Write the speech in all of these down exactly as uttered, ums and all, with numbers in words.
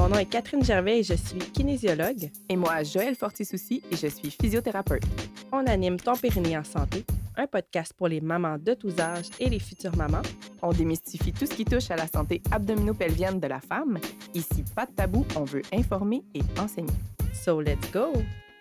Mon nom est Catherine Gervais et je suis kinésiologue. Et moi, Joëlle Fortisouci et je suis physiothérapeute. On anime Ton Périnée en santé, un podcast pour les mamans de tous âges et les futures mamans. On démystifie tout ce qui touche à la santé abdominopelvienne de la femme. Ici, pas de tabou, on veut informer et enseigner. So let's go!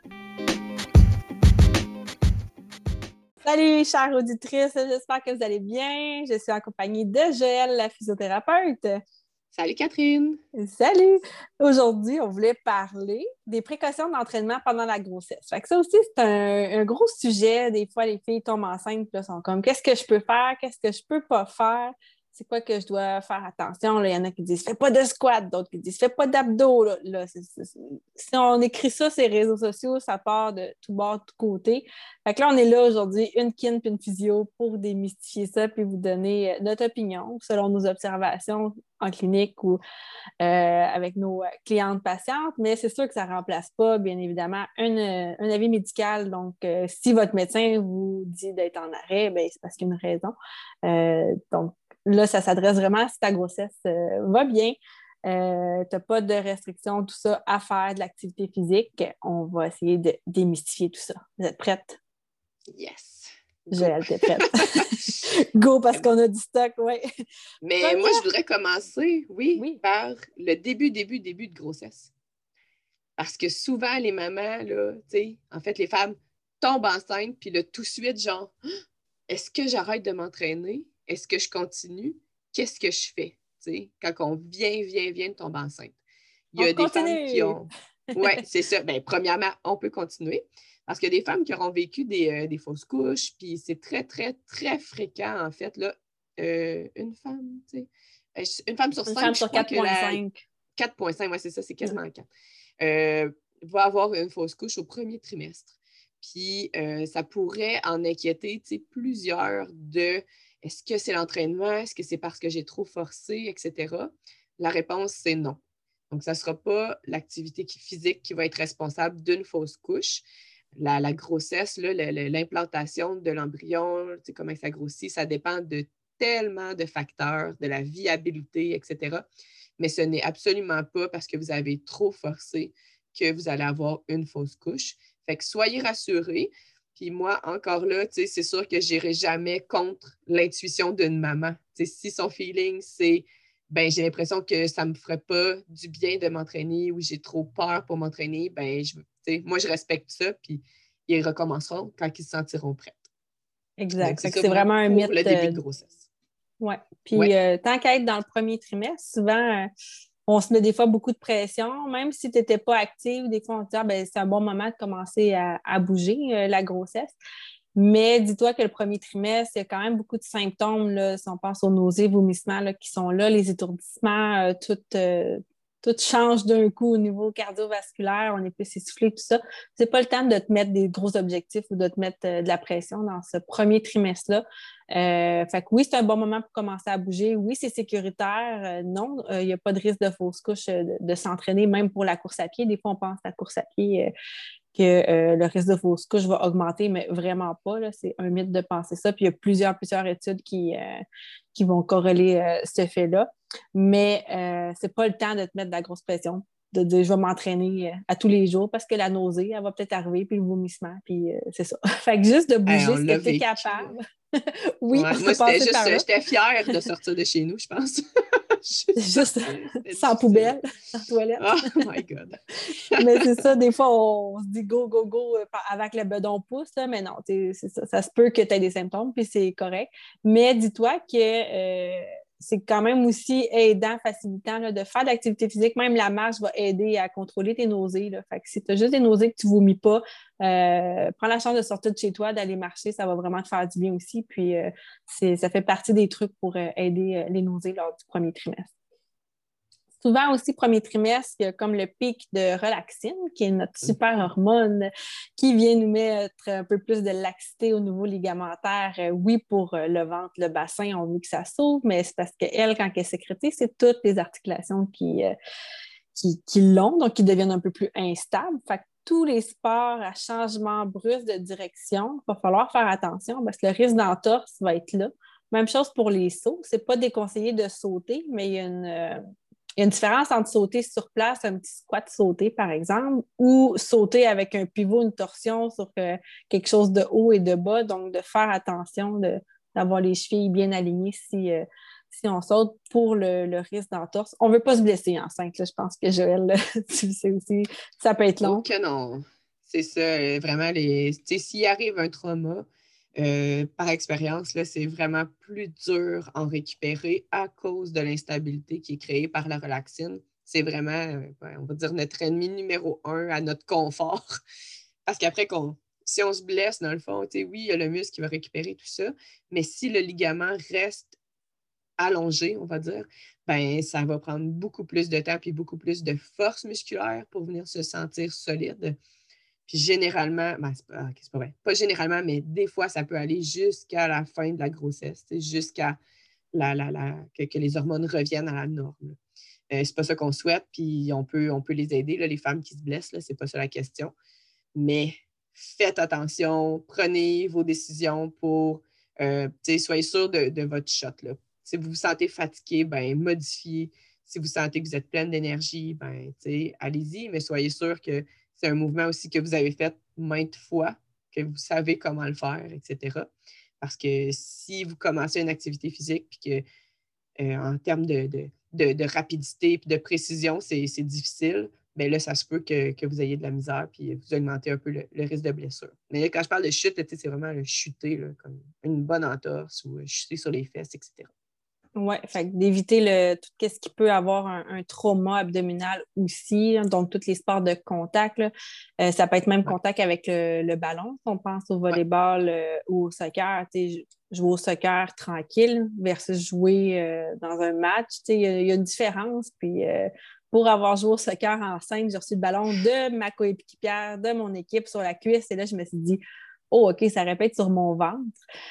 Salut, chères auditrices, j'espère que vous allez bien. Je suis en compagnie de Joëlle, la physiothérapeute. Salut Catherine! Salut! Aujourd'hui, on voulait parler des précautions d'entraînement pendant la grossesse. Fait que ça aussi, c'est un, un gros sujet. Des fois, les filles tombent enceintes et sont comme « Qu'est-ce que je peux faire? Qu'est-ce que je peux pas faire? C'est quoi que je dois faire attention? » Là, il y en a qui disent « Fais pas de squat », d'autres qui disent « Fais pas d'abdos. » Là, là c'est, c'est, c'est... Si on écrit ça sur les réseaux sociaux, ça part de tout bord, de tout côté. Fait que là, on est là aujourd'hui, une kin puis une physio, pour démystifier ça puis vous donner notre opinion selon nos observations en clinique ou euh, avec nos clientes patientes, mais c'est sûr que ça ne remplace pas, bien évidemment, un, un avis médical. Donc, euh, si votre médecin vous dit d'être en arrêt, bien, c'est parce qu'il y a une raison. Euh, donc, là, ça s'adresse vraiment si ta grossesse euh, va bien, euh, tu n'as pas de restrictions, tout ça, à faire de l'activité physique. On va essayer de démystifier tout ça. Vous êtes prête? Yes! Joëlle, t'es prête. Go, parce qu'on a du stock, oui. Mais Première. Moi, je voudrais commencer, oui, oui, par le début, début, début de grossesse. Parce que souvent, les mamans, là, tu sais, en fait, les femmes tombent enceintes, puis là, tout de suite, genre, est-ce que j'arrête de m'entraîner? Est-ce que je continue? Qu'est-ce que je fais? Tu sais, quand on vient, vient, vient de tomber enceinte. Il y a on des continue. femmes qui ont... Oui, c'est ça. Bien, premièrement, on peut continuer. Parce qu'il y a des femmes qui auront vécu des, euh, des fausses couches, puis c'est très, très, très fréquent, en fait, là. Euh, une femme, tu sais. Une femme sur une cinq, femme je sur crois quatre virgule cinq. que la... quatre virgule cinq, oui, c'est ça, c'est quasiment quatre. Euh, va avoir une fausse couche au premier trimestre. Puis euh, ça pourrait en inquiéter, tu sais, plusieurs de est-ce que c'est l'entraînement, est-ce que c'est parce que j'ai trop forcé, et cetera. La réponse, c'est non. Donc, ça ne sera pas l'activité physique qui va être responsable d'une fausse couche. La, la grossesse, là, l'implantation de l'embryon, tu sais, comment ça grossit, ça dépend de tellement de facteurs, de la viabilité, et cetera. Mais ce n'est absolument pas parce que vous avez trop forcé que vous allez avoir une fausse couche. Fait que soyez rassurés. Puis moi, encore là, tu sais, c'est sûr que je n'irai jamais contre l'intuition d'une maman. Tu sais, si son feeling, c'est ben j'ai l'impression que ça ne me ferait pas du bien de m'entraîner ou j'ai trop peur pour m'entraîner, ben je, tu sais, moi, je respecte ça, puis ils recommenceront quand ils se sentiront prêts. Exact. Donc, c'est, c'est ça, vraiment un mythe. Pour le début de grossesse. Oui. Puis, ouais. euh, tant qu'à être dans le premier trimestre, souvent, euh, on se met des fois beaucoup de pression. Même si tu n'étais pas active, des fois, on te dit ah, ben, c'est un bon moment de commencer à, à bouger euh, la grossesse. Mais dis-toi que le premier trimestre, il y a quand même beaucoup de symptômes, là, si on pense aux nausées, vomissements là, qui sont là, les étourdissements, euh, tout, euh, tout change d'un coup au niveau cardiovasculaire, on est plus essoufflé, tout ça. C'est pas le temps de te mettre des gros objectifs ou de te mettre euh, de la pression dans ce premier trimestre-là. Euh, fait que oui, c'est un bon moment pour commencer à bouger. Oui, c'est sécuritaire. Euh, non, il euh, n'y a pas de risque de fausse couche euh, de, de s'entraîner, même pour la course à pied. Des fois, on pense à la course à pied. Euh, que euh, le risque de fausse couche va augmenter, mais vraiment pas. Là. C'est un mythe de penser ça. Puis il y a plusieurs, plusieurs études qui, euh, qui vont corréler euh, ce fait-là. Mais euh, c'est pas le temps de te mettre de la grosse pression, de dire je vais m'entraîner à tous les jours parce que la nausée, elle va peut-être arriver, puis le vomissement, puis euh, c'est ça. Fait que juste de bouger hey, ce que tu es capable. oui, ouais, moi, c'était juste, j'étais fière de sortir de chez nous, je pense. juste juste sans poubelle, sans toilette. Oh my God! Mais c'est ça, des fois, on se dit go, go, go avec le bedon pouce, là, mais non, c'est ça, ça se peut que tu aies des symptômes, puis c'est correct. Mais dis-toi que euh, c'est quand même aussi aidant, facilitant là, de faire de l'activité physique. Même la marche va aider à contrôler tes nausées. Là. Fait que si tu as juste des nausées que tu ne vomis pas, euh, prends la chance de sortir de chez toi, d'aller marcher, ça va vraiment te faire du bien aussi. Puis euh, c'est, ça fait partie des trucs pour euh, aider euh, les nausées lors du premier trimestre. Souvent aussi, premier trimestre, il y a comme le pic de relaxine, qui est notre super hormone, qui vient nous mettre un peu plus de laxité au niveau ligamentaire. Oui, pour le ventre, le bassin, on veut que ça s'ouvre, mais c'est parce qu'elle, quand elle est sécrétée, c'est toutes les articulations qui, qui, qui l'ont, donc qui deviennent un peu plus instables. Fait que tous les sports à changement brusque de direction, il va falloir faire attention parce que le risque d'entorse va être là. Même chose pour les sauts. C'est pas déconseillé de sauter, mais il y a une... il y a une différence entre sauter sur place, un petit squat sauté, par exemple, ou sauter avec un pivot, une torsion sur euh, quelque chose de haut et de bas. Donc, de faire attention, de, d'avoir les chevilles bien alignées si, euh, si on saute pour le, le risque d'entorse. On ne veut pas se blesser enceinte, là, je pense que Joël, là, tu le sais aussi, ça peut être long. Oh que non. C'est ça, euh, vraiment, les... tu sais, s'il arrive un trauma, euh, par expérience, là, c'est vraiment plus dur en récupérer à cause de l'instabilité qui est créée par la relaxine. C'est vraiment, euh, ouais, on va dire, notre ennemi numéro un à notre confort. Parce qu'après, qu'on, si on se blesse, dans le fond, tu sais, oui, il y a le muscle qui va récupérer tout ça, mais si le ligament reste allongé, on va dire, ben ça va prendre beaucoup plus de temps et beaucoup plus de force musculaire pour venir se sentir solide. Puis généralement, ben, c'est pas, okay, c'est pas vrai, pas généralement, mais des fois, ça peut aller jusqu'à la fin de la grossesse, jusqu'à la, la, la, que, que les hormones reviennent à la norme. Euh, c'est pas ça qu'on souhaite, puis on peut, on peut les aider, là, les femmes qui se blessent, là, c'est pas ça la question. Mais faites attention, prenez vos décisions pour, euh, soyez sûr de, de votre shot, là. Si vous vous sentez fatigué, ben modifiez. Si vous sentez que vous êtes pleine d'énergie, ben allez-y, mais soyez sûr que c'est un mouvement aussi que vous avez fait maintes fois, que vous savez comment le faire, et cetera. Parce que si vous commencez une activité physique puis que euh, en termes de, de, de, de rapidité et de précision, c'est, c'est difficile, bien là, ça se peut que, que vous ayez de la misère puis vous augmentez un peu le, le risque de blessure. Mais là, quand je parle de chute, c'est vraiment le chuter, là, comme une bonne entorse ou chuter sur les fesses, et cetera. Oui, fait que d'éviter le, tout ce qui peut avoir un, un trauma abdominal aussi, hein, donc tous les sports de contact. Là. Euh, ça peut être même ouais. contact avec le, le ballon, si on pense au volleyball ouais. euh, ou au soccer. Jouer au soccer tranquille versus jouer euh, dans un match. Il y, y a une différence. Puis euh, pour avoir joué au soccer enceinte, j'ai reçu le ballon de ma coéquipière, de mon équipe sur la cuisse. Et là, je me suis dit, oh, OK, ça répète sur mon ventre.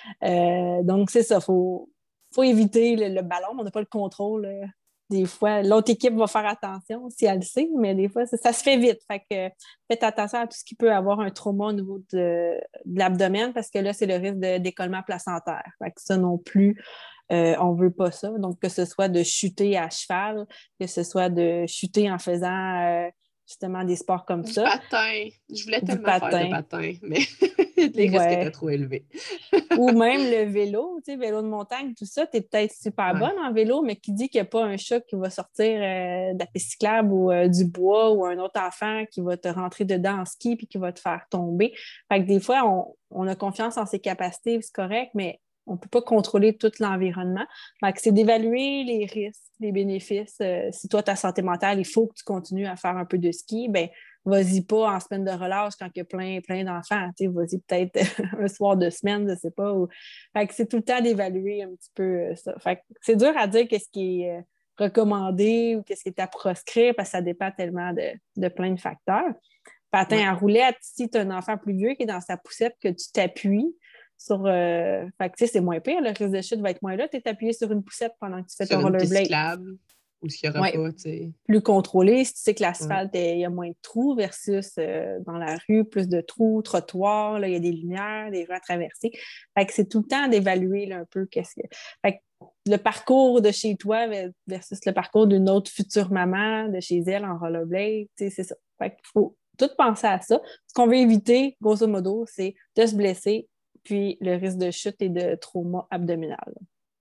Euh, donc, c'est ça, il faut. Il faut éviter le, le ballon, on n'a pas le contrôle. Euh, des fois, l'autre équipe va faire attention si elle le sait, mais des fois, ça, ça se fait vite. Fait que faites attention à tout ce qui peut avoir un trauma au niveau de, de l'abdomen parce que là, c'est le risque de décollement placentaire. Fait que ça non plus, euh, on ne veut pas ça. Donc, que ce soit de chuter à cheval, que ce soit de chuter en faisant euh, justement des sports comme du ça. Patin. Je voulais tellement patin. faire de patin, mais les risques ouais. étaient trop élevés. Ou même le vélo, tu sais, vélo de montagne, tout ça, tu es peut-être super ouais. bonne en vélo, mais qui dit qu'il n'y a pas un chat qui va sortir euh, de la piste cyclable ou euh, du bois ou un autre enfant qui va te rentrer dedans en ski puis qui va te faire tomber. Fait que des fois, on, on a confiance en ses capacités, c'est correct, mais on ne peut pas contrôler tout l'environnement. Fait que c'est d'évaluer les risques, les bénéfices. Euh, si toi, ta santé mentale, il faut que tu continues à faire un peu de ski, bien, vas-y pas en semaine de relâche quand il y a plein, plein d'enfants. Vas-y peut-être un soir de semaine, je ne sais pas. Ou... Fait que c'est tout le temps d'évaluer un petit peu ça. Fait que c'est dur à dire qu'est-ce qui est recommandé ou qu'est-ce qui est à proscrire parce que ça dépend tellement de, de plein de facteurs. Patin ouais. à roulette, si tu as un enfant plus vieux qui est dans sa poussette, que tu t'appuies sur... Euh... Fait que tu sais, c'est moins pire. Le risque de chute va être moins là. Tu es appuyé sur une poussette pendant que tu fais sur ton rollerblade. Ou ce qu'il n'y aura ouais. pas, tu sais. Plus contrôlé, si tu sais que l'asphalte, il ouais. y a moins de trous versus euh, dans la rue, plus de trous, trottoirs, il y a des lumières, des gens à traverser. Fait que c'est tout le temps d'évaluer là, un peu qu'est-ce que... Fait que le parcours de chez toi versus le parcours d'une autre future maman de chez elle en rollerblade, tu sais, c'est ça. Fait qu'il faut tout penser à ça. Ce qu'on veut éviter, grosso modo, c'est de se blesser, puis le risque de chute et de trauma abdominal.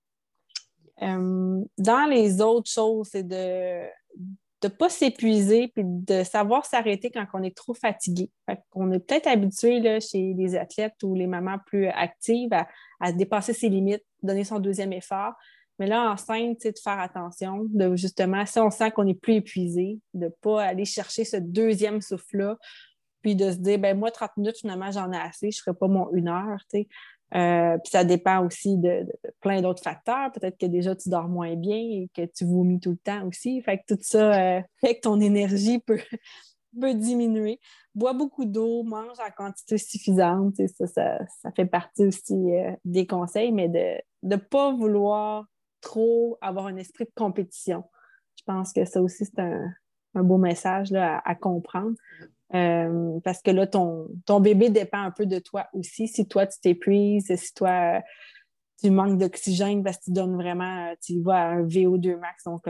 Euh, dans les autres choses, c'est de ne pas s'épuiser puis de savoir s'arrêter quand on est trop fatigué. Fait qu'on est peut-être habitué là, chez les athlètes ou les mamans plus actives à, à dépasser ses limites, donner son deuxième effort. Mais là, enceinte, c'est de faire attention, de justement, si on sent qu'on est plus épuisé, de ne pas aller chercher ce deuxième souffle-là, puis de se dire, ben moi, trente minutes, finalement, j'en ai assez, je ne ferai pas mon une heure, tu sais. Euh, puis ça dépend aussi de, de plein d'autres facteurs. Peut-être que déjà tu dors moins bien et que tu vomis tout le temps aussi. Fait que tout ça euh, fait que ton énergie peut, peut diminuer. Bois beaucoup d'eau, mange en quantité suffisante. Ça, ça, ça fait partie aussi euh, des conseils, mais de ne pas vouloir trop avoir un esprit de compétition. Je pense que ça aussi, c'est un, un beau message là, à, à comprendre. Euh, parce que là, ton, ton bébé dépend un peu de toi aussi. Si toi, tu t'épuises, si toi, euh, tu manques d'oxygène parce que tu donnes vraiment, tu vas à un V O deux max, donc un,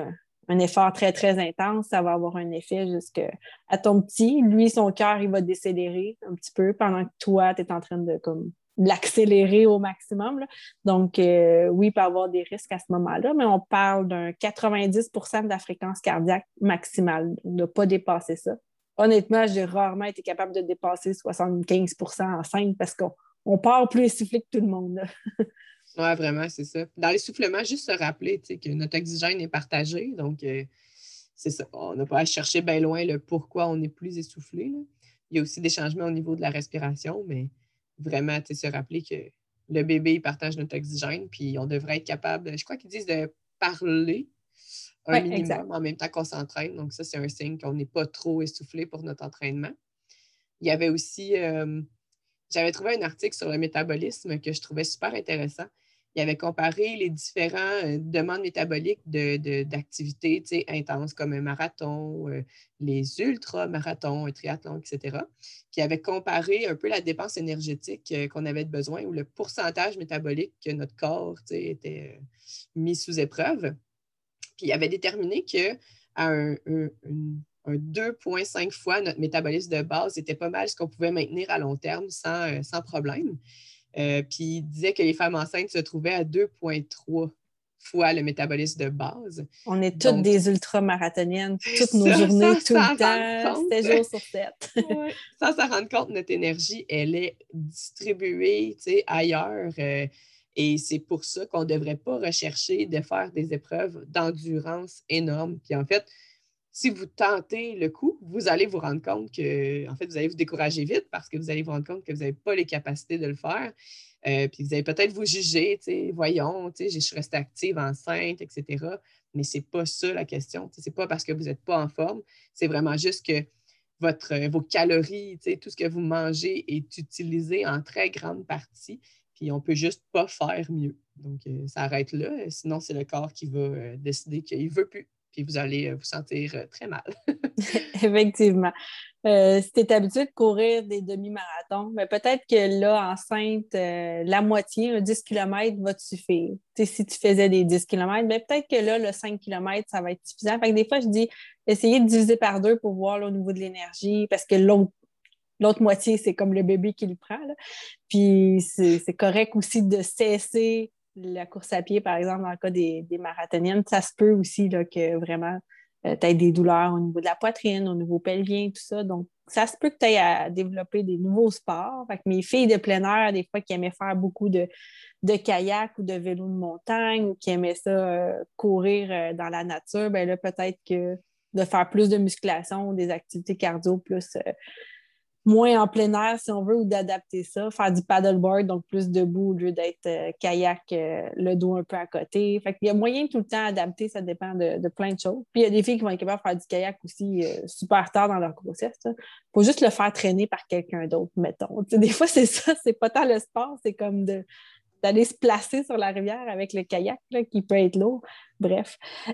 un effort très, très intense, ça va avoir un effet jusqu'à ton petit. Lui, son cœur, il va décélérer un petit peu pendant que toi, tu es en train de comme l'accélérer au maximum, là. Donc, euh, oui, il peut y avoir des risques à ce moment-là, mais on parle d'un quatre-vingt-dix pour cent de la fréquence cardiaque maximale, de ne pas dépasser ça. Honnêtement, j'ai rarement été capable de dépasser soixante-quinze pour cent enceinte parce qu'on on part plus essoufflé que tout le monde, là. Oui, vraiment, c'est ça. Dans l'essoufflement, juste se rappeler que notre oxygène est partagé. Donc, euh, c'est ça. On n'a pas à chercher bien loin le pourquoi on est plus essoufflé, là. Il y a aussi des changements au niveau de la respiration, mais vraiment, se rappeler que le bébé il partage notre oxygène, puis on devrait être capable, je crois qu'ils disent de parler un Oui, minimum exact. en même temps qu'on s'entraîne. Donc, ça, c'est un signe qu'on n'est pas trop essoufflé pour notre entraînement. Il y avait aussi, euh, j'avais trouvé un article sur le métabolisme que je trouvais super intéressant. Il avait comparé les différentes euh, demandes métaboliques de, de, d'activités intenses comme un marathon, euh, les ultramarathons, un triathlon, et cetera. Puis il avait comparé un peu la dépense énergétique euh, qu'on avait besoin ou le pourcentage métabolique que notre corps était euh, mis sous épreuve. Puis il avait déterminé qu'à un, un, un, un deux virgule cinq fois notre métabolisme de base, c'était pas mal ce qu'on pouvait maintenir à long terme sans, euh, sans problème. Euh, puis il disait que les femmes enceintes se trouvaient à deux virgule trois fois le métabolisme de base. On est toutes Donc, des ultramarathoniennes, toutes nos ça, journées, sans tout le s'en rendre temps, compte, sept jours sur sept. ouais, sans s'en rendre compte, notre énergie, elle est distribuée ailleurs. Euh, et c'est pour ça qu'on ne devrait pas rechercher de faire des épreuves d'endurance énormes. Puis en fait, si vous tentez le coup, vous allez vous rendre compte que, en fait, vous allez vous décourager vite parce que vous allez vous rendre compte que vous n'avez pas les capacités de le faire. Euh, puis vous allez peut-être vous juger, tu sais, voyons, tu sais, je suis restée active, enceinte, et cetera. Mais ce n'est pas ça la question. Ce n'est pas parce que vous n'êtes pas en forme. C'est vraiment juste que votre, vos calories, tu sais, tout ce que vous mangez est utilisé en très grande partie. Puis on ne peut juste pas faire mieux. Donc, euh, ça arrête là. Sinon, c'est le corps qui va euh, décider qu'il ne veut plus. Puis vous allez vous sentir très mal. Effectivement. Euh, si tu es habitué de courir des demi-marathons, mais peut-être que là, enceinte, euh, la moitié, un dix kilomètres va te suffire. T'sais, si tu faisais des dix kilomètres, mais peut-être que là, le cinq kilomètres, ça va être suffisant. Fait que des fois, je dis, essayez de diviser par deux pour voir là, au niveau de l'énergie, parce que l'autre L'autre moitié, c'est comme le bébé qui le prend, là. Puis c'est, c'est correct aussi de cesser la course à pied, par exemple, dans le cas des, des marathoniennes. Ça se peut aussi là, que vraiment euh, tu aies des douleurs au niveau de la poitrine, au niveau pelvien, tout ça. Donc, ça se peut que tu aies à développer des nouveaux sports. Fait que mes filles de plein air, des fois, qui aimaient faire beaucoup de, de kayak ou de vélo de montagne ou qui aimaient ça euh, courir euh, dans la nature, ben là, peut-être que de faire plus de musculation, des activités cardio plus euh, moins en plein air, si on veut, ou d'adapter ça. Faire du paddleboard, donc plus debout au lieu d'être euh, kayak, euh, le dos un peu à côté. Fait qu'il y a moyen de tout le temps adapter, ça dépend de, de plein de choses. Puis il y a des filles qui vont être capables de faire du kayak aussi euh, super tard dans leur grossesse. Il faut juste le faire traîner par quelqu'un d'autre, mettons. T'sais, des fois, c'est ça, c'est pas tant le sport, c'est comme de d'aller se placer sur la rivière avec le kayak là, qui peut être lourd. Bref.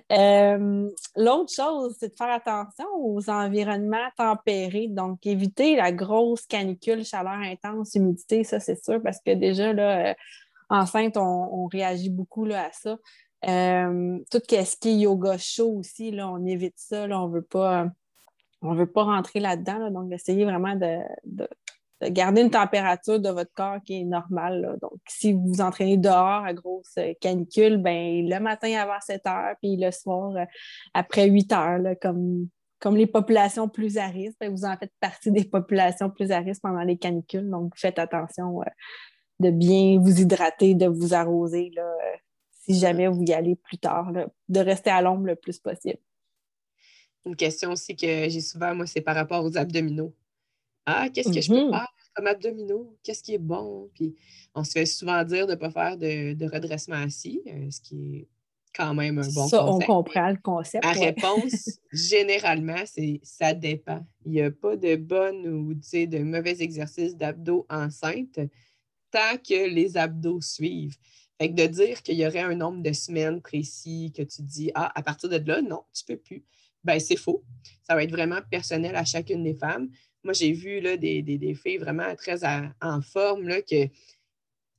Euh, l'autre chose, c'est de faire attention aux environnements tempérés. Donc, éviter la grosse canicule, chaleur intense, humidité, ça, c'est sûr, parce que déjà, là, euh, enceinte, on, on réagit beaucoup là, à ça. Euh, tout ce qui est yoga chaud aussi, là, on évite ça. Là, on veut pas, on veut pas rentrer là-dedans. Là, donc, essayez vraiment de, de de garder une température de votre corps qui est normale, là. Donc, si vous vous entraînez dehors à grosse canicule, ben le matin avant sept heures, puis le soir euh, après huit heures, là, comme, comme les populations plus à risque, ben, vous en faites partie des populations plus à risque pendant les canicules. Donc, faites attention euh, de bien vous hydrater, de vous arroser, là, euh, si jamais vous y allez plus tard, là, de rester à l'ombre le plus possible. Une question aussi que j'ai souvent, moi, c'est par rapport aux abdominaux. Ah, qu'est-ce que je peux Mm-hmm. faire comme abdominaux? Qu'est-ce qui est bon? Puis on se fait souvent dire de ne pas faire de, de redressement assis, euh, ce qui est quand même un bon Ça, on conseil. Mais comprend le concept, ma ouais. réponse, généralement, c'est ça dépend. Il n'y a pas de bonne ou de mauvais exercice d'abdos enceinte tant que les abdos suivent. Fait que de dire qu'il y aurait un nombre de semaines précis que tu dis, ah, à partir de là, non, tu ne peux plus. Ben, c'est faux. Ça va être vraiment personnel à chacune des femmes. Moi, j'ai vu là, des, des, des filles vraiment très à, en forme là, qu'ils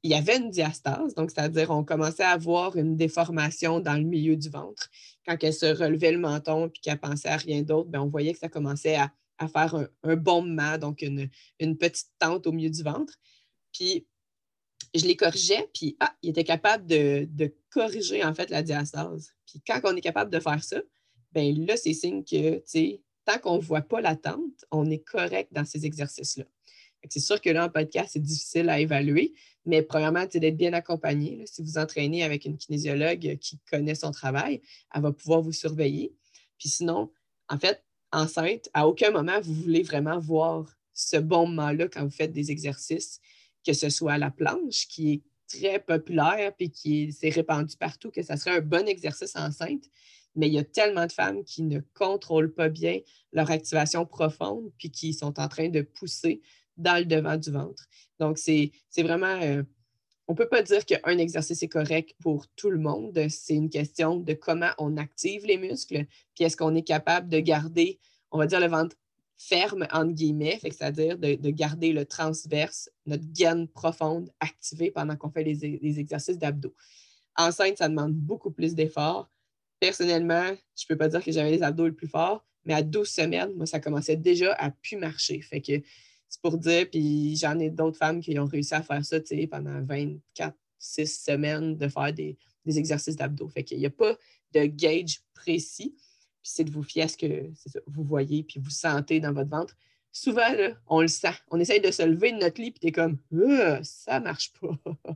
il y avait une diastase, donc c'est-à-dire on commençait à avoir une déformation dans le milieu du ventre. Quand elle se relevait le menton puis qu'elle pensait à rien d'autre, bien, on voyait que ça commençait à, à faire un, un bombement, donc une, une petite tente au milieu du ventre. Puis je les corrigeais, puis ah, il était capable de, de corriger en fait la diastase. Puis quand on est capable de faire ça, bien là, c'est signe que, tu sais, tant qu'on ne voit pas la tente, on est correct dans ces exercices-là. C'est sûr que là, en podcast, c'est difficile à évaluer, mais premièrement, c'est d'être bien accompagné. Là. Si vous entraînez avec une kinésiologue qui connaît son travail, elle va pouvoir vous surveiller. Puis sinon, en fait, enceinte, à aucun moment, vous voulez vraiment voir ce bon moment-là quand vous faites des exercices, que ce soit à la planche, qui est très populaire puis qui s'est répandu partout, que ça serait un bon exercice enceinte. Mais il y a tellement de femmes qui ne contrôlent pas bien leur activation profonde puis qui sont en train de pousser dans le devant du ventre. Donc, c'est, c'est vraiment... Euh, on ne peut pas dire qu'un exercice est correct pour tout le monde. C'est une question de comment on active les muscles, puis est-ce qu'on est capable de garder, on va dire, le ventre ferme, entre guillemets, fait que c'est-à-dire de, de garder le transverse, notre gaine profonde activée pendant qu'on fait les, les exercices d'abdos. Enceinte, ça demande beaucoup plus d'efforts. Personnellement, je ne peux pas dire que j'avais les abdos le plus fort, mais à douze semaines, moi, ça commençait déjà à plus marcher. Fait que c'est pour dire, puis j'en ai d'autres femmes qui ont réussi à faire ça, tu sais, pendant vingt-quatre, six semaines, de faire des, des exercices d'abdos. Fait qu'il n'y a pas de gauge précis, puis c'est de vous fier à ce que c'est ça, vous voyez, puis vous sentez dans votre ventre. Souvent, là, on le sent. On essaye de se lever de notre lit, puis t'es comme, ah, ça marche pas.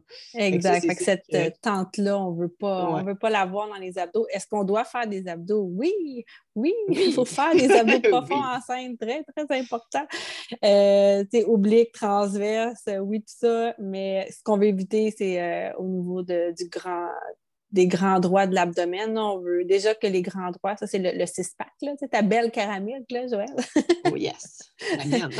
Exact. Fait Fait que que ça, cette c'est euh, que, tente-là, on veut pas, on ouais. veut pas l'avoir dans les abdos. Est-ce qu'on doit faire des abdos? Oui, oui, il faut Oui, faire des abdos profonds oui. enceinte, très, très important. Euh, tu sais, oblique, transverse, euh, oui, tout ça, mais ce qu'on veut éviter, c'est euh, au niveau de, du grand, des grands droits de l'abdomen. On veut déjà que les grands droits, ça, c'est le, le six-pack, là, tu sais, ta belle caramel, là, Joël. Oh yes, la mienne.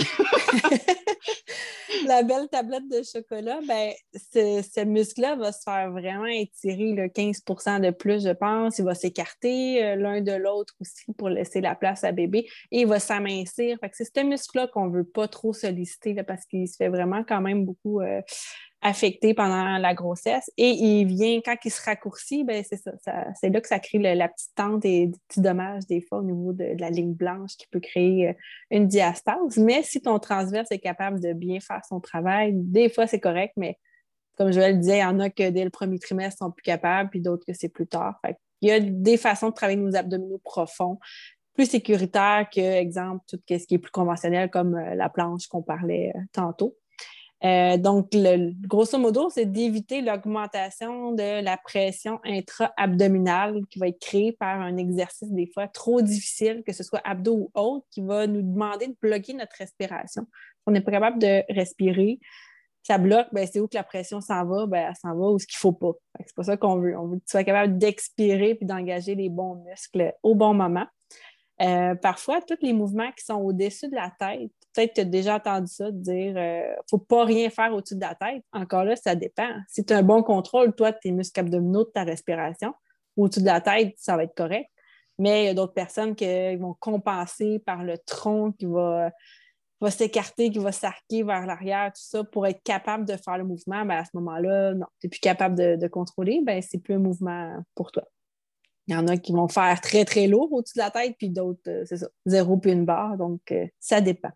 La belle tablette de chocolat, ben, ce, ce muscle-là va se faire vraiment étirer là, quinze pour cent de plus, je pense. Il va s'écarter euh, l'un de l'autre aussi pour laisser la place à bébé et il va s'amincir. Fait que c'est ce muscle-là qu'on ne veut pas trop solliciter là, parce qu'il se fait vraiment quand même beaucoup euh, affecter pendant la grossesse. Et il vient, quand il se raccourcit, ben, c'est ça, ça c'est là que ça crée le, la petite tente et des petits dommages des fois au niveau de, de la ligne blanche qui peut créer euh, une diastase. Mais si ton transverse est capable de bien faire son travail, des fois c'est correct, mais comme Joël disait, il y en a que dès le premier trimestre sont plus capables, puis d'autres que c'est plus tard. Fait il y a des façons de travailler nos abdominaux profonds, plus sécuritaires que, exemple, tout ce qui est plus conventionnel comme euh, la planche qu'on parlait euh, tantôt. Euh, donc, le, grosso modo, c'est d'éviter l'augmentation de la pression intra-abdominale qui va être créée par un exercice des fois trop difficile, que ce soit abdos ou autre, qui va nous demander de bloquer notre respiration. Si on n'est pas capable de respirer, ça bloque, ben, c'est où que la pression s'en va? Ben, elle s'en va où ce qu'il ne faut pas. C'est pas ça qu'on veut. On veut que tu sois capable d'expirer puis d'engager les bons muscles au bon moment. Euh, parfois, tous les mouvements qui sont au-dessus de la tête, peut-être que tu as déjà entendu ça, de dire euh, faut pas rien faire au-dessus de la tête. Encore là, ça dépend. Si tu as un bon contrôle, toi, de tes muscles abdominaux, de ta respiration, au-dessus de la tête, ça va être correct. Mais il y a d'autres personnes qui vont compenser par le tronc qui va, va s'écarter, qui va s'arquer vers l'arrière, tout ça, pour être capable de faire le mouvement. Ben, à ce moment-là, non, tu n'es plus capable de, de contrôler, ben, c'est plus un mouvement pour toi. Il y en a qui vont faire très, très lourd au-dessus de la tête, puis d'autres, euh, c'est ça, zéro puis une barre. Donc, euh, ça dépend.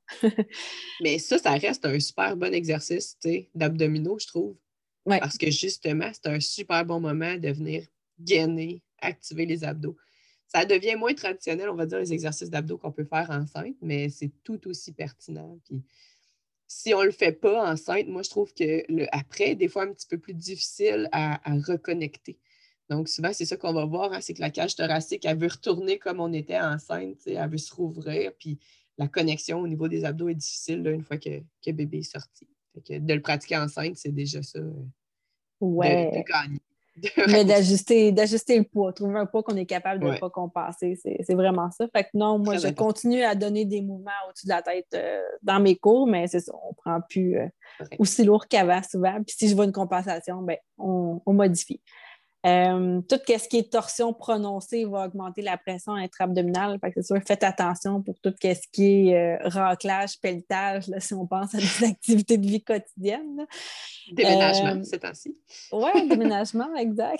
Mais ça, ça reste un super bon exercice, tu sais, d'abdominaux, je trouve. Ouais. Parce que justement, c'est un super bon moment de venir gainer, activer les abdos. Ça devient moins traditionnel, on va dire, les exercices d'abdos qu'on peut faire enceinte, mais c'est tout aussi pertinent. Puis, si on ne le fait pas enceinte, moi, je trouve que le après, des fois, un petit peu plus difficile à, à reconnecter. Donc, souvent, c'est ça qu'on va voir, hein, c'est que la cage thoracique, elle veut retourner comme on était enceinte, elle veut se rouvrir, puis la connexion au niveau des abdos est difficile là, une fois que, que bébé est sorti. Fait que de le pratiquer enceinte, c'est déjà ça, euh, de, de Ouais. gagner, de Mais raccourcir. d'ajuster, d'ajuster le poids, trouver un poids qu'on est capable de ne Ouais, pas compenser, c'est, c'est vraiment ça. Fait que non, moi, très je important. continue à donner des mouvements au-dessus de la tête euh, dans mes cours, mais c'est ça, on ne prend plus euh, Correct. aussi lourd qu'avant souvent. Puis si je vois une compensation, ben, on, on modifie. Euh, tout ce qui est torsion prononcée va augmenter la pression intra-abdominale. Fait que c'est sûr, faites attention pour tout ce qui est euh, raclage, pelletage, là, si on pense à des activités de vie quotidienne. Là. Déménagement, Euh, ces temps-ci. Oui, déménagement, exact.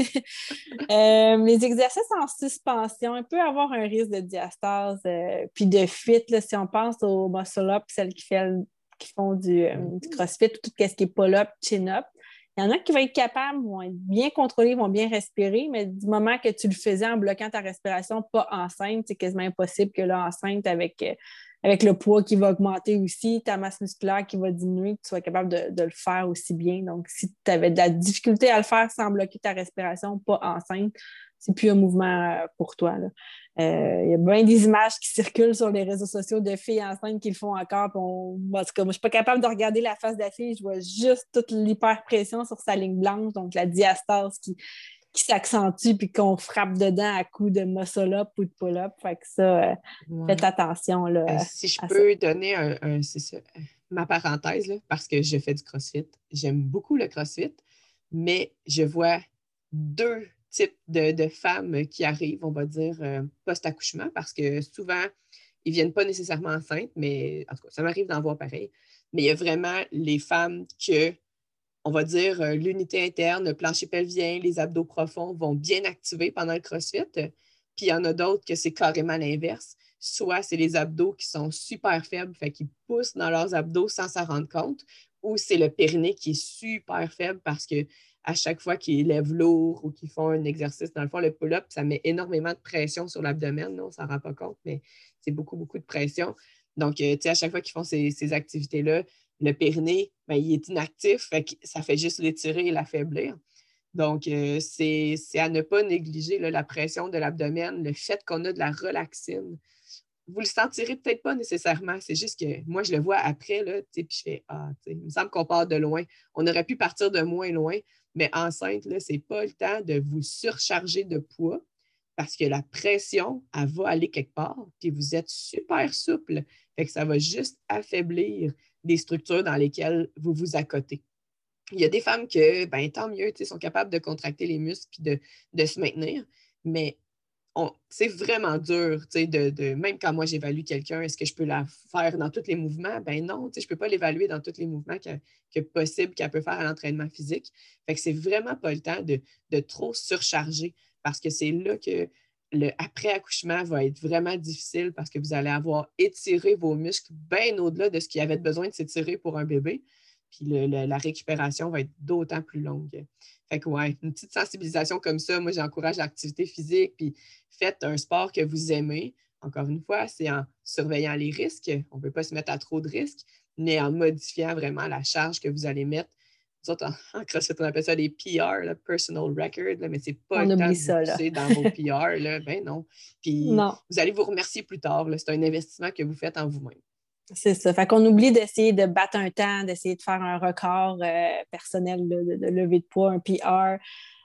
euh, les exercices en suspension, il peut avoir un risque de diastase euh, puis de fuite, là, si on pense aux muscle-up, celles qui, fait, qui font du, euh, du crossfit, tout ce qui est pull-up, chin-up. Il y en a qui vont être capables, vont être bien contrôlés, vont bien respirer, mais du moment que tu le faisais en bloquant ta respiration, pas enceinte, c'est quasiment impossible que là, enceinte, avec, euh, avec le poids qui va augmenter aussi, ta masse musculaire qui va diminuer, que tu sois capable de, de le faire aussi bien. Donc, si tu avais de la difficulté à le faire sans bloquer ta respiration, pas enceinte, c'est plus un mouvement euh, pour toi, là. Euh, il y a bien des images qui circulent sur les réseaux sociaux de filles enceintes qui le font encore. On... En tout cas, moi, je ne suis pas capable de regarder la face de la fille. Je vois juste toute l'hyperpression sur sa ligne blanche, donc la diastase qui, qui s'accentue puis qu'on frappe dedans à coups de muscle-up ou de pull-up. Fait que ça, euh, Ouais. faites attention. Là, euh, si je à peux ça. donner un, un, c'est ça, ma parenthèse, là, parce que je fais du CrossFit. J'aime beaucoup le CrossFit, mais je vois deux types de, de femmes qui arrivent, on va dire, euh, post-accouchement, parce que souvent, ils ne viennent pas nécessairement enceintes, mais en tout cas, ça m'arrive d'en voir pareil. Mais il y a vraiment les femmes que, on va dire, euh, l'unité interne, le plancher pelvien, les abdos profonds vont bien activer pendant le CrossFit. Puis il y en a d'autres que c'est carrément l'inverse. Soit c'est les abdos qui sont super faibles, fait qu'ils poussent dans leurs abdos sans s'en rendre compte, ou c'est le périnée qui est super faible parce que à chaque fois qu'ils lèvent lourd ou qu'ils font un exercice, dans le fond, le pull-up, ça met énormément de pression sur l'abdomen. On ne s'en rend pas compte, mais c'est beaucoup, beaucoup de pression. Donc, euh, tu sais, à chaque fois qu'ils font ces, ces activités-là, le périnée, ben, il est inactif, fait que ça fait juste l'étirer et l'affaiblir. Donc, euh, c'est, c'est à ne pas négliger là, la pression de l'abdomen, le fait qu'on a de la relaxine. Vous le sentirez peut-être pas nécessairement, c'est juste que moi, je le vois après, là, puis je fais, ah, il me semble qu'on part de loin. On aurait pu partir de moins loin, mais enceinte, là, c'est pas le temps de vous surcharger de poids parce que la pression, elle va aller quelque part, puis vous êtes super souple. Fait que ça va juste affaiblir des structures dans lesquelles vous vous accotez. Il y a des femmes que, ben, tant mieux, sont capables de contracter les muscles et de, de se maintenir, mais on, c'est vraiment dur, de, de, même quand moi j'évalue quelqu'un, est-ce que je peux la faire dans tous les mouvements? Ben non, je ne peux pas l'évaluer dans tous les mouvements que, que possible qu'elle peut faire à l'entraînement physique. Fait que c'est vraiment pas le temps de, de trop surcharger parce que c'est là que le après-accouchement va être vraiment difficile parce que vous allez avoir étiré vos muscles bien au-delà de ce qui avait besoin de s'étirer pour un bébé. Puis le, le, la récupération va être d'autant plus longue. Fait que ouais, une petite sensibilisation comme ça, moi j'encourage l'activité physique, puis faites un sport que vous aimez. Encore une fois, c'est en surveillant les risques. On ne peut pas se mettre à trop de risques, mais en modifiant vraiment la charge que vous allez mettre. Nous autres, en, en CrossFit, on appelle ça des P R, là, Personal Record, là, mais c'est pas On le temps oublie de vous ça, pousser là. dans vos P R. Là. Ben non. Puis Non. vous allez vous remercier plus tard. Là. C'est un investissement que vous faites en vous-même. C'est ça. Fait qu'on oublie d'essayer de battre un temps, d'essayer de faire un record euh, personnel de, de, de lever de poids, un P R.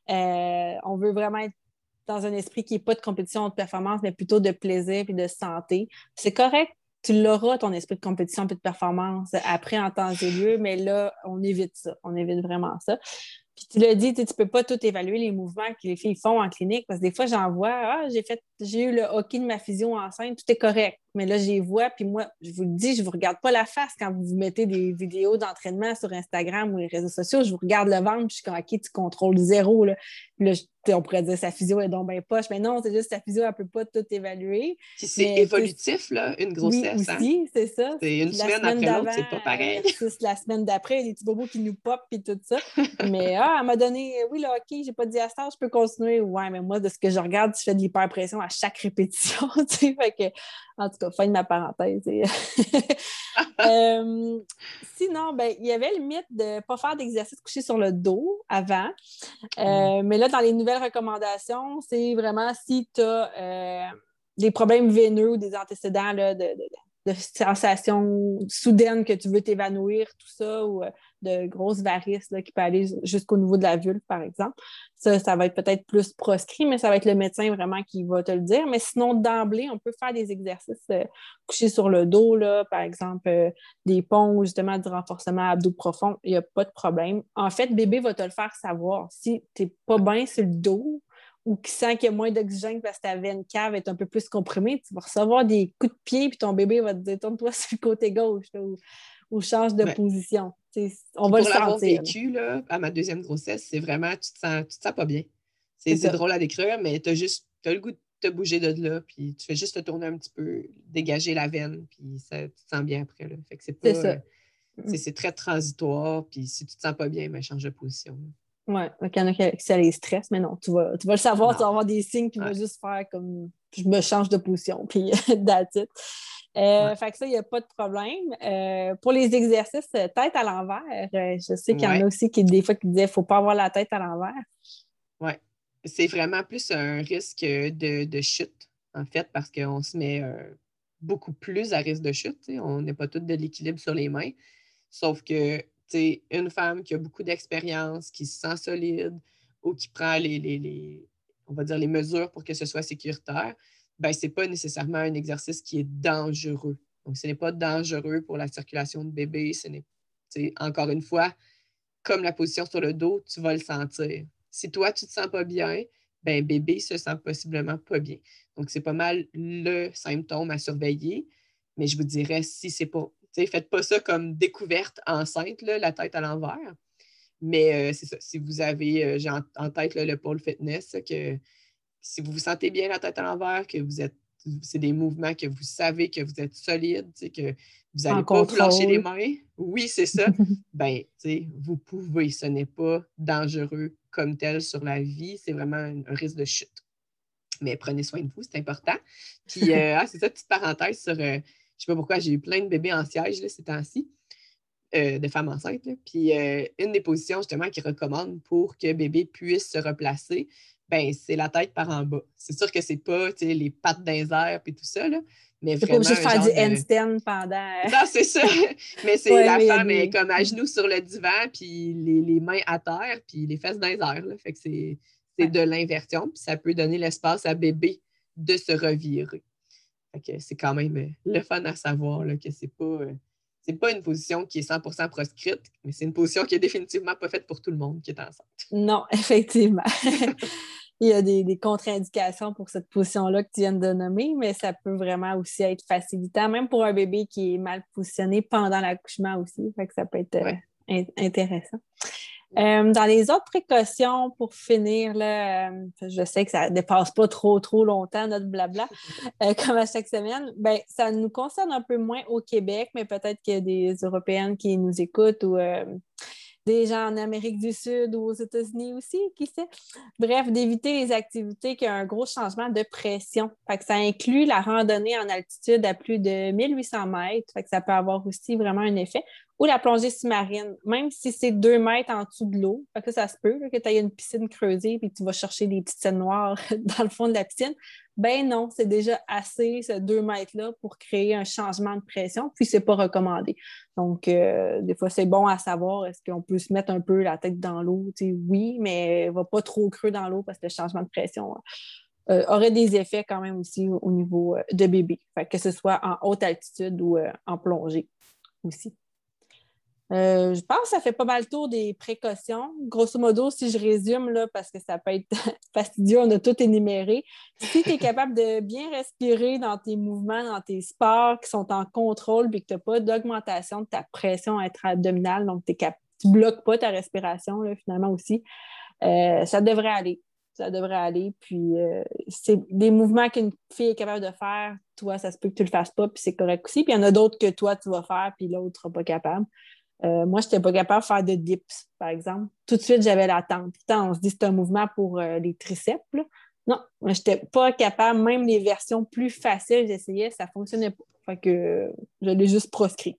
Euh, on veut vraiment être dans un esprit qui n'est pas de compétition ou de performance, mais plutôt de plaisir et de santé. C'est correct, tu l'auras, ton esprit de compétition et de performance après en temps et lieu, mais là, on évite ça. On évite vraiment ça. Puis tu l'as dit, tu ne peux pas tout évaluer les mouvements que les filles font en clinique parce que des fois, j'en vois, ah, j'ai fait, j'ai eu le hockey de ma physio enceinte, tout est correct. Mais là, j'y vois, puis moi, je vous le dis, je ne vous regarde pas la face quand vous mettez des vidéos d'entraînement sur Instagram ou les réseaux sociaux. Je vous regarde le ventre, puis je suis comme, OK, tu contrôles zéro. Là, puis là je, on pourrait dire sa physio est donc bien poche. Mais non, c'est juste sa physio, elle ne peut pas tout évaluer. Puis c'est Mais, évolutif, là, une oui, grossesse. Hein? aussi, c'est ça. C'est une Puis la semaine semaine après l'autre, d'avant c'est pas pareil. versus la semaine d'après, il y a des petits bobos qui nous popent et tout ça. Mais ah, elle m'a donné, oui, le hockey, j'ai pas de diastase, je peux continuer. Ouais, mais moi, de ce que je regarde, je fais de l'hyperpression à chaque répétition. Tu sais, fait que, en tout cas, fin de ma parenthèse. euh, sinon, ben, il y avait le mythe de ne pas faire d'exercice couché sur le dos avant. Euh, mm. Mais là, dans les nouvelles recommandations, c'est vraiment si tu as euh, des problèmes veineux ou des antécédents là, de, de, de sensations soudaines que tu veux t'évanouir, tout ça, ou euh, de grosses varices là, qui peut aller jusqu'au niveau de la vulve, par exemple. Ça, ça va être peut-être plus proscrit, mais ça va être le médecin vraiment qui va te le dire. Mais sinon, d'emblée, on peut faire des exercices euh, couchés sur le dos, là, par exemple, euh, des ponts ou justement du renforcement abdos profond. Il n'y a pas de problème. En fait, bébé va te le faire savoir. Si tu n'es pas bien sur le dos, ou qui sent qu'il y a moins d'oxygène parce que ta veine cave est un peu plus comprimée, tu vas recevoir des coups de pied, puis ton bébé va te dire tourne-toi sur le côté gauche là, ou, ou change de Ouais. position. T'sais, on Puis va pour le l'avoir sentir. vécu là, à ma deuxième grossesse, c'est vraiment, tu te sens, tu te sens pas bien. C'est, C'est c'est ça. drôle à décrire, mais tu as juste t'as le goût de te bouger de là, puis tu fais juste te tourner un petit peu, dégager la veine, puis ça, tu te sens bien après. Là. Fait que c'est pas. C'est ça. euh, c'est, c'est très transitoire, puis si tu te sens pas bien, ben, change de position. Oui, il y en a qui ça les stresse, mais non, tu vas, tu vas le savoir, Non. tu vas avoir des signes qui Ouais. vont juste faire comme je me change de position, puis that's it. Euh, Ouais. Fait que ça, il n'y a pas de problème. Euh, pour les exercices euh, tête à l'envers, euh, je sais qu'il y en Ouais. a aussi qui, des fois, qui disaient qu'il ne faut pas avoir la tête à l'envers. Oui. C'est vraiment plus un risque de, de chute, en fait, parce qu'on se met euh, beaucoup plus à risque de chute. T'sais. On n'est pas tous de l'équilibre sur les mains. Sauf que, tu une femme qui a beaucoup d'expérience, qui se sent solide ou qui prend les, les, les, on va dire, les mesures pour que ce soit sécuritaire, ben, ce n'est pas nécessairement un exercice qui est dangereux. Donc, ce n'est pas dangereux pour la circulation de bébé. Ce n'est, encore une fois, comme la position sur le dos, tu vas le sentir. Si toi, tu ne te sens pas bien, ben bébé se sent possiblement pas bien. Donc, c'est pas mal le symptôme à surveiller. Mais je vous dirais, si c'est pas, tu sais, faites pas ça comme découverte enceinte, là, la tête à l'envers. Mais euh, c'est ça, si vous avez, euh, j'ai en, en tête là, le pôle fitness, que si vous vous sentez bien la tête à l'envers, que vous êtes, c'est des mouvements que vous savez que vous êtes solide, que vous En n'allez pas vous lâcher les contrôle. mains. Oui, c'est ça. Ben, vous pouvez, ce n'est pas dangereux comme tel sur la vie, c'est vraiment un, un risque de chute. Mais prenez soin de vous, c'est important. Puis, euh, ah, c'est ça, petite parenthèse sur, euh, je ne sais pas pourquoi, j'ai eu plein de bébés en siège là, ces temps-ci, euh, de femmes enceintes. Là. Puis, euh, une des positions justement qu'ils recommandent pour que bébé puisse se replacer, ben, c'est la tête par en bas. C'est sûr que c'est pas les pattes dans les airs et tout ça, là, mais C'est pas vraiment obligé de un faire du genre de. handstand pendant. Non, c'est ça. Mais c'est Ouais, la mais il y a femme est des. comme à genoux sur le divan, puis les, les mains à terre, puis les fesses dans les airs. Là. Fait que c'est, c'est Ouais. de l'inversion, puis ça peut donner l'espace à bébé de se revirer. Fait que c'est quand même le fun à savoir là, que c'est pas, euh, c'est pas une position qui est cent pour cent proscrite, mais c'est une position qui est définitivement pas faite pour tout le monde qui est enceinte. Non, effectivement. Il y a des, des contre-indications pour cette position-là que tu viens de nommer, mais ça peut vraiment aussi être facilitant, même pour un bébé qui est mal positionné pendant l'accouchement aussi. Fait que ça peut être euh, Ouais. in- intéressant. Euh, dans les autres précautions, pour finir, là, euh, je sais que ça ne dépasse pas trop, trop longtemps, notre blabla, euh, comme à chaque semaine, ben, ça nous concerne un peu moins au Québec, mais peut-être qu'il y a des Européennes qui nous écoutent ou euh, des gens en Amérique du Sud ou aux États-Unis aussi, qui sait. Bref, d'éviter les activités qui ont un gros changement de pression. Fait que ça inclut la randonnée en altitude à plus de mille huit cents mètres. Fait que ça peut avoir aussi vraiment un effet. Ou la plongée sous-marine, même si c'est deux mètres en dessous de l'eau. Fait que ça se peut là, que tu aies une piscine creusée et que tu vas chercher des petites scènes noires dans le fond de la piscine. Ben non, c'est déjà assez, ce deux mètres-là, pour créer un changement de pression, puis c'est pas recommandé. Donc, euh, des fois, c'est bon à savoir, est-ce qu'on peut se mettre un peu la tête dans l'eau? T'sais, oui, mais va pas trop creux dans l'eau parce que le changement de pression euh, aurait des effets quand même aussi au, au niveau euh, de bébé. Fait que ce soit en haute altitude ou euh, en plongée aussi. Euh, je pense que ça fait pas mal le tour des précautions. Grosso modo, si je résume, là, parce que ça peut être fastidieux, on a tout énuméré. Si tu es capable de bien respirer dans tes mouvements, dans tes sports qui sont en contrôle et que tu n'as pas d'augmentation de ta pression intra-abdominale, donc cap- tu ne bloques pas ta respiration là, finalement aussi, euh, ça devrait aller. Ça devrait aller. Puis, euh, c'est des mouvements qu'une fille est capable de faire. Toi, ça se peut que tu ne le fasses pas, puis c'est correct aussi. Puis, il y en a d'autres que toi, tu vas faire, puis l'autre ne sera pas capable. Euh, moi, je n'étais pas capable de faire de dips, par exemple. Tout de suite, j'avais l'attente. Pourtant, on se dit que c'est un mouvement pour euh, les triceps. Là. Non, je n'étais pas capable. Même les versions plus faciles, j'essayais, ça ne fonctionnait pas. Fait que euh, je l'ai juste proscrit.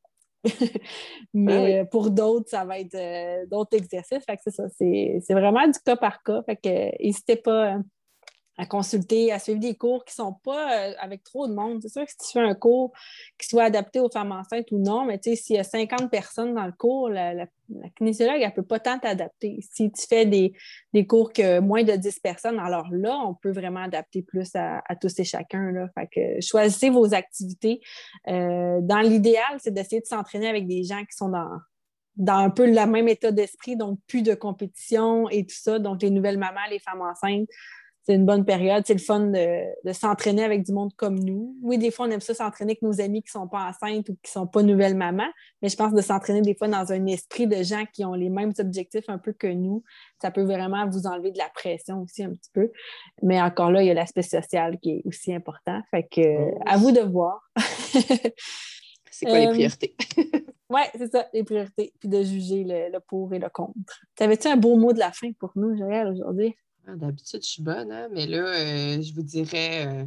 Mais Ah oui. euh, pour d'autres, ça va être euh, d'autres exercices. Fait que c'est ça. C'est, c'est vraiment du cas par cas. Fait que n'hésitez pas euh, à consulter, à suivre des cours qui ne sont pas euh, avec trop de monde. C'est sûr que si tu fais un cours qui soit adapté aux femmes enceintes ou non, mais tu sais, s'il y a cinquante personnes dans le cours, la, la, la kinésiologue, elle ne peut pas tant t'adapter. Si tu fais des, des cours que moins de dix personnes, alors là, on peut vraiment adapter plus à, à tous et chacun, là. Fait que choisissez vos activités. Euh, dans l'idéal, c'est d'essayer de s'entraîner avec des gens qui sont dans dans un peu le même état d'esprit, donc plus de compétition et tout ça. Donc, les nouvelles mamans, les femmes enceintes, c'est une bonne période. C'est le fun de, de s'entraîner avec du monde comme nous. Oui, des fois, on aime ça s'entraîner avec nos amis qui ne sont pas enceintes ou qui ne sont pas nouvelles mamans, mais je pense de s'entraîner des fois dans un esprit de gens qui ont les mêmes objectifs un peu que nous, ça peut vraiment vous enlever de la pression aussi un petit peu. Mais encore là, il y a l'aspect social qui est aussi important. Fait que, oh. À vous de voir. C'est quoi euh, les priorités? Oui, c'est ça, les priorités. Puis de juger le, le pour et le contre. T'avais-tu un beau mot de la fin pour nous, Joël, aujourd'hui? Ah, d'habitude, je suis bonne, hein? Mais là, euh, je vous dirais, euh,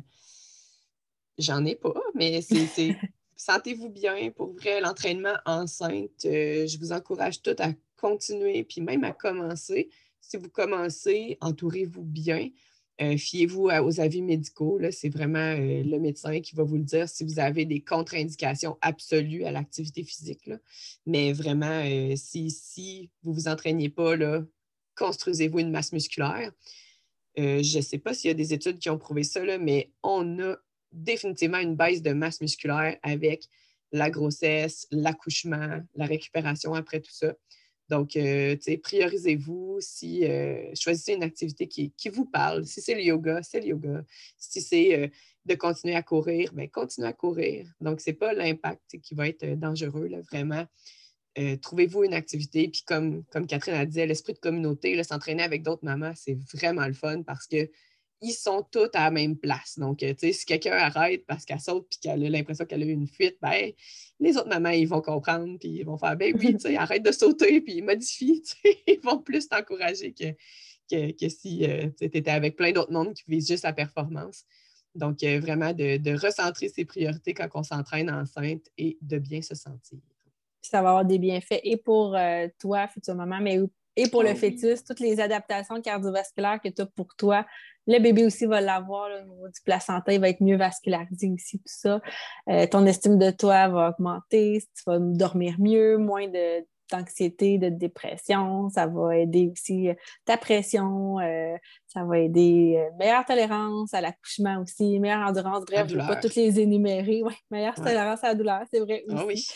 j'en ai pas, mais c'est, c'est... sentez-vous bien. Pour vrai, l'entraînement enceinte, euh, je vous encourage toutes à continuer, puis même à commencer. Si vous commencez, entourez-vous bien. Euh, fiez-vous à, aux avis médicaux. Là, c'est vraiment euh, le médecin qui va vous le dire si vous avez des contre-indications absolues à l'activité physique. Là. Mais vraiment, euh, si, si vous ne vous entraînez pas, là, construisez-vous une masse musculaire. Euh, je ne sais pas s'il y a des études qui ont prouvé ça, là, mais on a définitivement une baisse de masse musculaire avec la grossesse, l'accouchement, la récupération après tout ça. Donc, euh, priorisez-vous. Si, euh, choisissez une activité qui, qui vous parle. Si c'est le yoga, c'est le yoga. Si c'est euh, de continuer à courir, bien, continuez à courir. Donc, ce n'est pas l'impact qui va être dangereux, là, vraiment. Euh, trouvez-vous une activité. Puis, comme, comme Catherine a dit, l'esprit de communauté, là, s'entraîner avec d'autres mamans, c'est vraiment le fun parce que ils sont tous à la même place. Donc, tu sais, si quelqu'un arrête parce qu'elle saute et qu'elle a l'impression qu'elle a eu une fuite, ben, les autres mamans, ils vont comprendre puis ils vont faire, ben oui, tu sais, arrête de sauter puis modifie, tu sais, ils vont plus t'encourager que, que, que si euh, tu étais avec plein d'autres mondes qui visent juste la performance. Donc, euh, vraiment, de, de recentrer ses priorités quand on s'entraîne enceinte et de bien se sentir. Ça va avoir des bienfaits et pour euh, toi, future maman, mais et pour oh, le fœtus, oui. Toutes les adaptations cardiovasculaires que tu as pour toi. Le bébé aussi va l'avoir, là, au niveau du placenta, il va être mieux vascularisé aussi, tout ça. Euh, ton estime de toi va augmenter, tu vas dormir mieux, moins de, d'anxiété, de dépression. Ça va aider aussi ta pression, euh, ça va aider euh, meilleure tolérance à l'accouchement aussi, meilleure endurance. Bref, je ne vais pas toutes les énumérer. Ouais, meilleure ouais. tolérance à la douleur, c'est vrai aussi. Oh oui.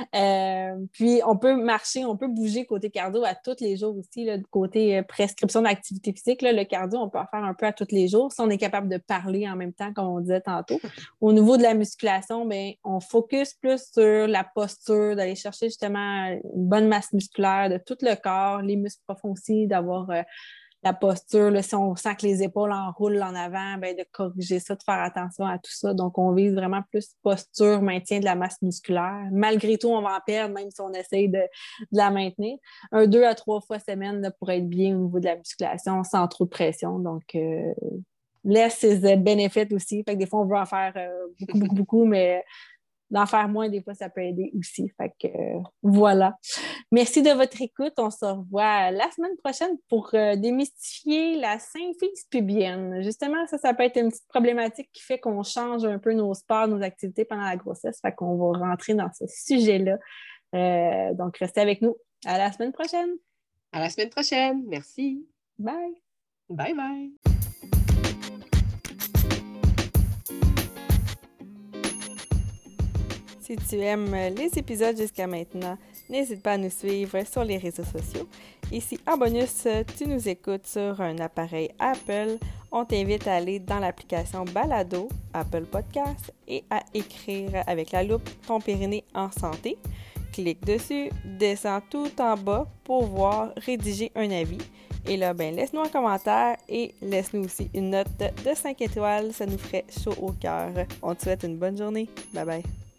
Euh, puis, on peut marcher, on peut bouger côté cardio à tous les jours aussi, là, côté euh, prescription d'activité physique. Là, le cardio, on peut en faire un peu à tous les jours si on est capable de parler en même temps, comme on disait tantôt. Au niveau de la musculation, bien, on focus plus sur la posture, d'aller chercher justement une bonne masse musculaire de tout le corps, les muscles profonds aussi, d'avoir euh, la posture. Là, si on sent que les épaules enroulent en avant, bien, de corriger ça, de faire attention à tout ça. Donc, on vise vraiment plus posture, maintien de la masse musculaire. Malgré tout, on va en perdre, même si on essaye de, de la maintenir. Un deux à trois fois semaine là, pour être bien au niveau de la musculation, sans trop de pression. Donc, euh, laisse ses bénéfices aussi. Fait que des fois, on veut en faire euh, beaucoup, beaucoup, beaucoup, mais d'en faire moins, des fois, ça peut aider aussi. Fait que euh, voilà. Merci de votre écoute. On se revoit la semaine prochaine pour euh, démystifier la symphyse pubienne. Justement, ça, ça peut être une petite problématique qui fait qu'on change un peu nos sports, nos activités pendant la grossesse. Fait qu'on va rentrer dans ce sujet-là. Euh, donc, restez avec nous. À la semaine prochaine. À la semaine prochaine. Merci. Bye. Bye bye. Si tu aimes les épisodes jusqu'à maintenant, n'hésite pas à nous suivre sur les réseaux sociaux. Et si en bonus, tu nous écoutes sur un appareil Apple, on t'invite à aller dans l'application Balado, Apple Podcast, et à écrire avec la loupe ton périnée en santé. Clique dessus, descends tout en bas pour voir rédiger un avis. Et là, ben, laisse-nous un commentaire et laisse-nous aussi une note de cinq étoiles. Ça nous ferait chaud au cœur. On te souhaite une bonne journée. Bye bye.